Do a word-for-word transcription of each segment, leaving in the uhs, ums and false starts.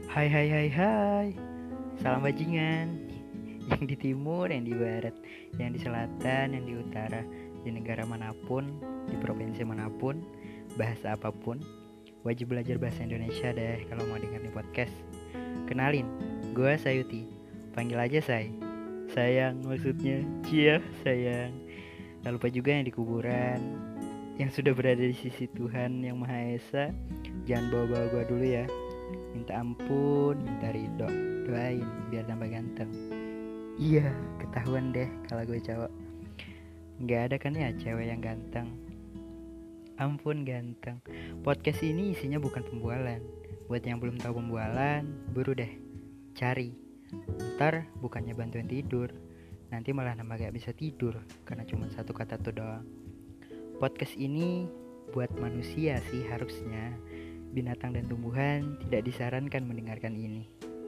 Hai hai hai hai. Salam bajingan. Yang di timur, yang di barat, yang di selatan, yang di utara, di negara manapun, di provinsi manapun, bahasa apapun, wajib belajar bahasa Indonesia deh kalau mau denger nih podcast. Kenalin, gue Sayuti. Panggil aja Say. Sayang maksudnya. Cia, sayang. Tak lupa juga yang di kuburan, yang sudah berada di sisi Tuhan Yang Maha Esa. Jangan bawa-bawa gue dulu ya. Minta ampun, minta ridho, doain biar tambah ganteng. Iya, ketahuan deh kalau gue cowok. Nggak ada kan ya cewek yang ganteng. Ampun ganteng. Podcast ini isinya bukan pembualan. Buat yang belum tahu pembualan, buru deh cari. Ntar bukannya bantuin tidur, nanti malah nambah gak bisa tidur karena cuma satu kata tuh doang. Podcast ini buat manusia sih harusnya. Binatang dan tumbuhan tidak disarankan mendengarkan ini.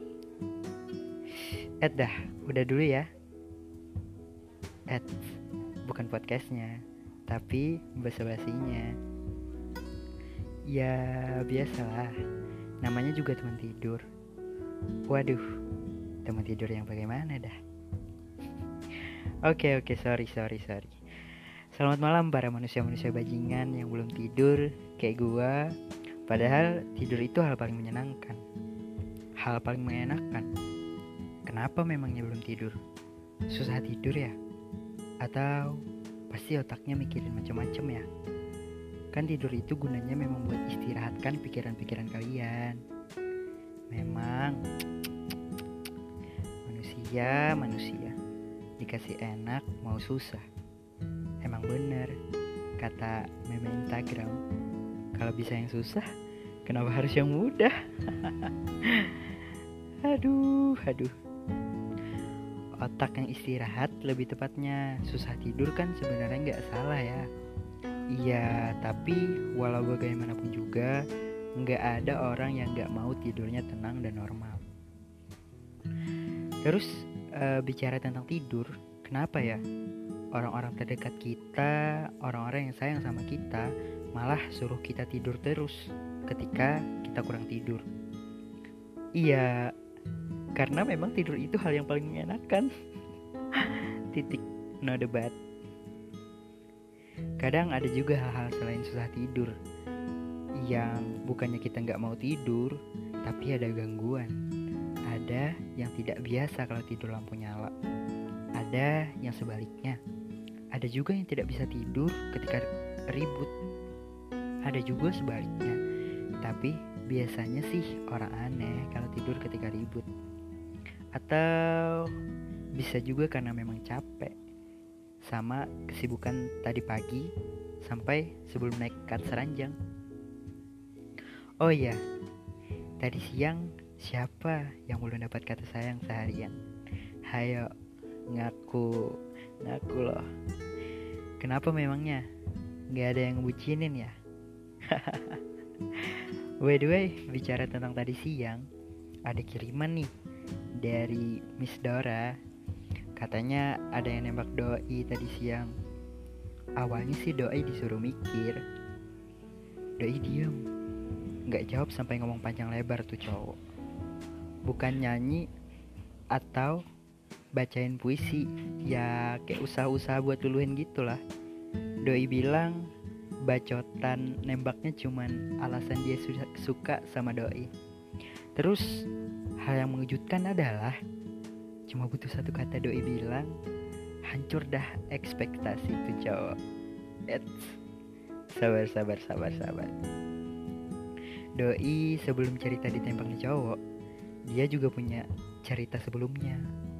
Eh dah, udah dulu ya. Eh, bukan podcastnya, tapi basa-basinya. Ya biasalah, namanya juga teman tidur. Waduh, teman tidur yang bagaimana dah? Oke oke, sorry sorry sorry. Selamat malam para manusia-manusia bajingan yang belum tidur kayak gua. Padahal tidur itu hal paling menyenangkan, hal paling mengenakan. Kenapa memangnya belum tidur? Susah tidur ya? Atau pasti otaknya mikirin macam-macam ya? Kan tidur itu gunanya memang buat istirahatkan pikiran-pikiran kalian. Memang manusia, manusia dikasih enak mau susah. Emang bener kata meme Instagram, kalau bisa yang susah, kenapa harus yang mudah? Aduh, aduh. Otak yang istirahat lebih tepatnya. Susah tidur kan sebenarnya nggak salah ya. Iya, tapi walau bagaimanapun juga, nggak ada orang yang nggak mau tidurnya tenang dan normal. Terus uh, bicara tentang tidur, kenapa ya? Orang-orang terdekat kita, orang-orang yang sayang sama kita, malah suruh kita tidur terus ketika kita kurang tidur. Iya, karena memang tidur itu hal yang paling menyenangkan. Titik, no debat. Kadang ada juga hal-hal selain susah tidur, yang bukannya kita gak mau tidur, tapi ada gangguan. Ada yang tidak biasa kalau tidur lampu nyala. Ada yang sebaliknya. Ada juga yang tidak bisa tidur ketika ribut. Ada juga sebaliknya. Tapi biasanya sih orang aneh kalau tidur ketika ribut. Atau bisa juga karena memang capek sama kesibukan tadi pagi sampai sebelum naik kat seranjang. Oh iya, tadi siang siapa yang belum dapat kata sayang seharian? Hayo, ngaku, ngaku loh. Kenapa memangnya? Gak ada yang ngebucinin ya? By the way, bicara tentang tadi siang, ada kiriman nih dari Miss Dora. Katanya ada yang nembak doi tadi siang. Awalnya sih doi disuruh mikir. Doi diem, gak jawab sampai ngomong panjang lebar tuh cowok. Bukan nyanyi atau bacain puisi, ya kayak usaha-usaha buat luluhin gitu lah. Doi bilang bacotan nembaknya cuman alasan dia suka sama doi. Terus hal yang mengejutkan adalah cuma butuh satu kata doi bilang, hancur dah ekspektasi tuh cowok. Eits, sabar sabar sabar sabar. Doi sebelum cerita ditembak nih cowok, dia juga punya cerita sebelumnya.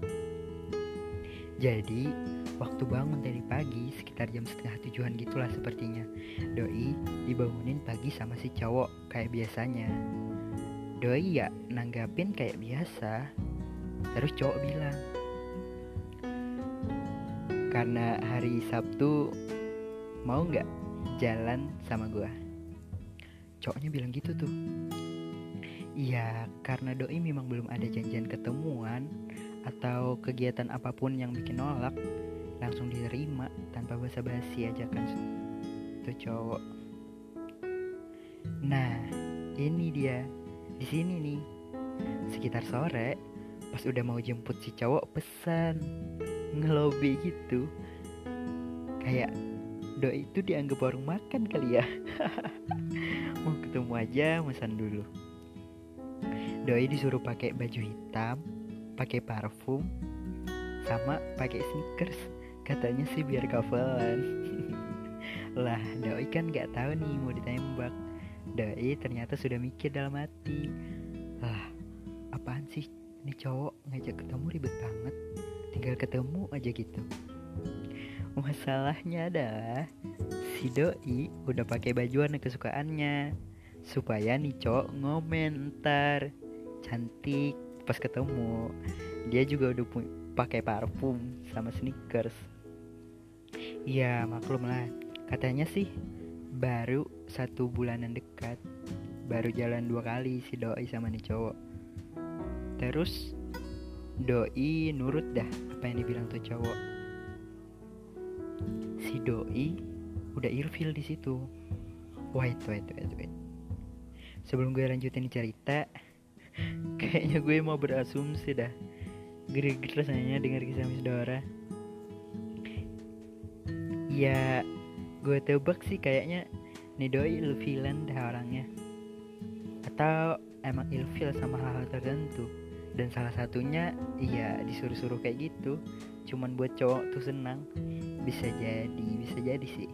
Jadi waktu bangun dari pagi sekitar jam setengah tujuan gitulah sepertinya, doi dibangunin pagi sama si cowok kayak biasanya. Doi ya nanggapin kayak biasa. Terus cowok bilang, karena hari Sabtu mau gak jalan sama gua? Cowoknya bilang gitu tuh. Iya, karena doi memang belum ada janjian ketemuan atau kegiatan apapun yang bikin nolak, langsung diterima tanpa basa-basi ajakan tuh cowok. Nah, ini dia. Di sini nih Sekitar sore, pas udah mau jemput si cowok pesan, ngelobi gitu. Kayak doi itu dianggap warung makan kali ya. Mau ketemu aja pesan dulu. Doi disuruh pakai baju hitam, pakai parfum, sama pakai sneakers. Katanya sih biar kavelan. Lah, doi kan nggak tahu nih mau ditembak. Doi ternyata sudah mikir dalam hati. Lah, apaan sih? Ini cowok ngajak ketemu ribet banget. Tinggal ketemu aja gitu. Masalahnya adalah si doi udah pakai baju warna kesukaannya, supaya nih cowok ngomen ntar cantik pas ketemu. Dia juga udah pu- pakai parfum sama sneakers. Ya maklum lah, katanya sih baru satu bulanan dekat, baru jalan dua kali si doi sama nih cowok. Terus doi nurut dah apa yang dibilang tuh cowok. Si doi udah ilfil di situ. Wait, wait, wait, wait. Sebelum gue lanjutin cerita, kayaknya gue mau berasumsi dah. Greget rasanya dengar kisah Miss Dora. Ya, gue tebak sih kayaknya nih doi ilfilan dah orangnya. Atau emang ilfil sama hal-hal tertentu. Dan salah satunya, iya disuruh-suruh kayak gitu, cuman buat cowok tuh senang. Bisa jadi, bisa jadi sih.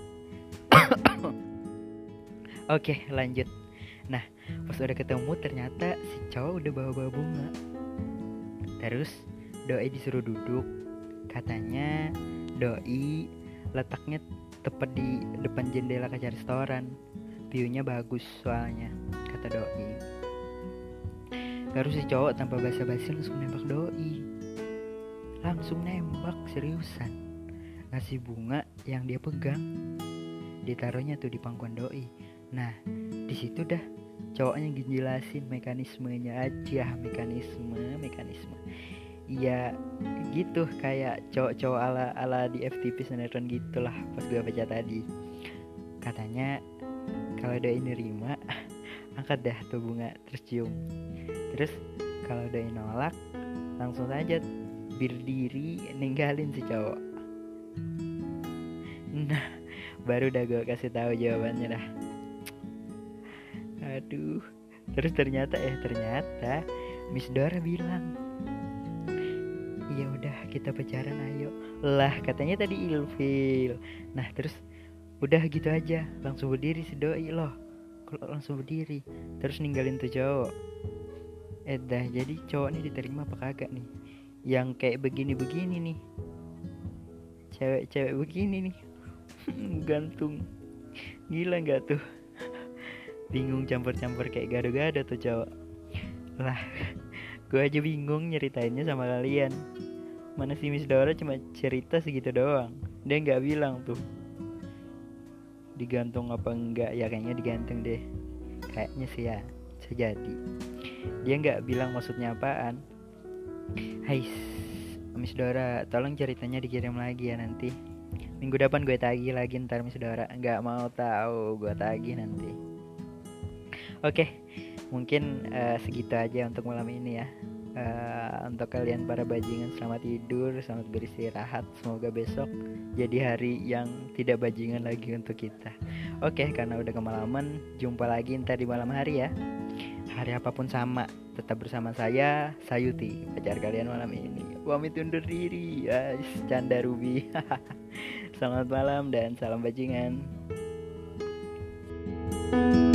Oke, lanjut. Nah, pas udah ketemu ternyata si cowok udah bawa-bawa bunga. Terus doi disuruh duduk. Katanya doi letaknya tepat di depan jendela kaca restoran. View-nya bagus soalnya, kata doi. Terus si cowok tanpa basa-basi langsung nembak doi. Langsung nembak seriusan. Ngasih bunga yang dia pegang, ditaruhnya tuh di pangkuan doi. Nah, di situ dah cowoknya ngejelasin mekanismenya aja, mekanisme, mekanisme. Iya gitu, kayak cowok-cowok ala ala di F T V sinetron gitulah pas gue baca tadi. Katanya kalau doi nerima, angkat dah tuh bunga terus cium. Terus kalau doi nolak, langsung saja berdiri ninggalin si cowok. Nah, baru dah gue kasih tahu jawabannya dah. Aduh. Terus ternyata eh ternyata Miss Dora bilang, "Ya udah kita pacaran ayo." Lah, katanya tadi ilfil. Nah, terus udah gitu aja, langsung berdiri si doi loh. Kalau langsung berdiri, terus ninggalin tuh cowok. Eh dah, jadi cowok nih diterima apa kagak nih? Yang kayak begini-begini nih. Cewek-cewek begini nih. Gantung. Gila gak tuh? Bingung campur-campur kayak gado-gado tuh cowok. Lah, gue aja bingung nyeritainnya sama kalian. Mana si Miss Dora cuma cerita segitu doang. Dia gak bilang tuh digantung apa enggak. Ya kayaknya digantung deh. Kayaknya sih ya, bisa jadi. Dia gak bilang maksudnya apaan. Hai Miss Dora, tolong ceritanya dikirim lagi ya nanti. Minggu depan gue tagih lagi ntar Miss Dora. Gak mau tahu, gue tagih nanti. Oke, mungkin uh, segitu aja untuk malam ini ya. Uh, untuk kalian para bajingan, selamat tidur, selamat beristirahat. Semoga besok jadi hari yang tidak bajingan lagi untuk kita. Oke, karena udah kemalaman, jumpa lagi ntar di malam hari ya. Hari apapun sama, tetap bersama saya, Sayuti, pacar kalian malam ini. Pamit undur diri, guys. Canda Ruby. Selamat malam dan salam bajingan.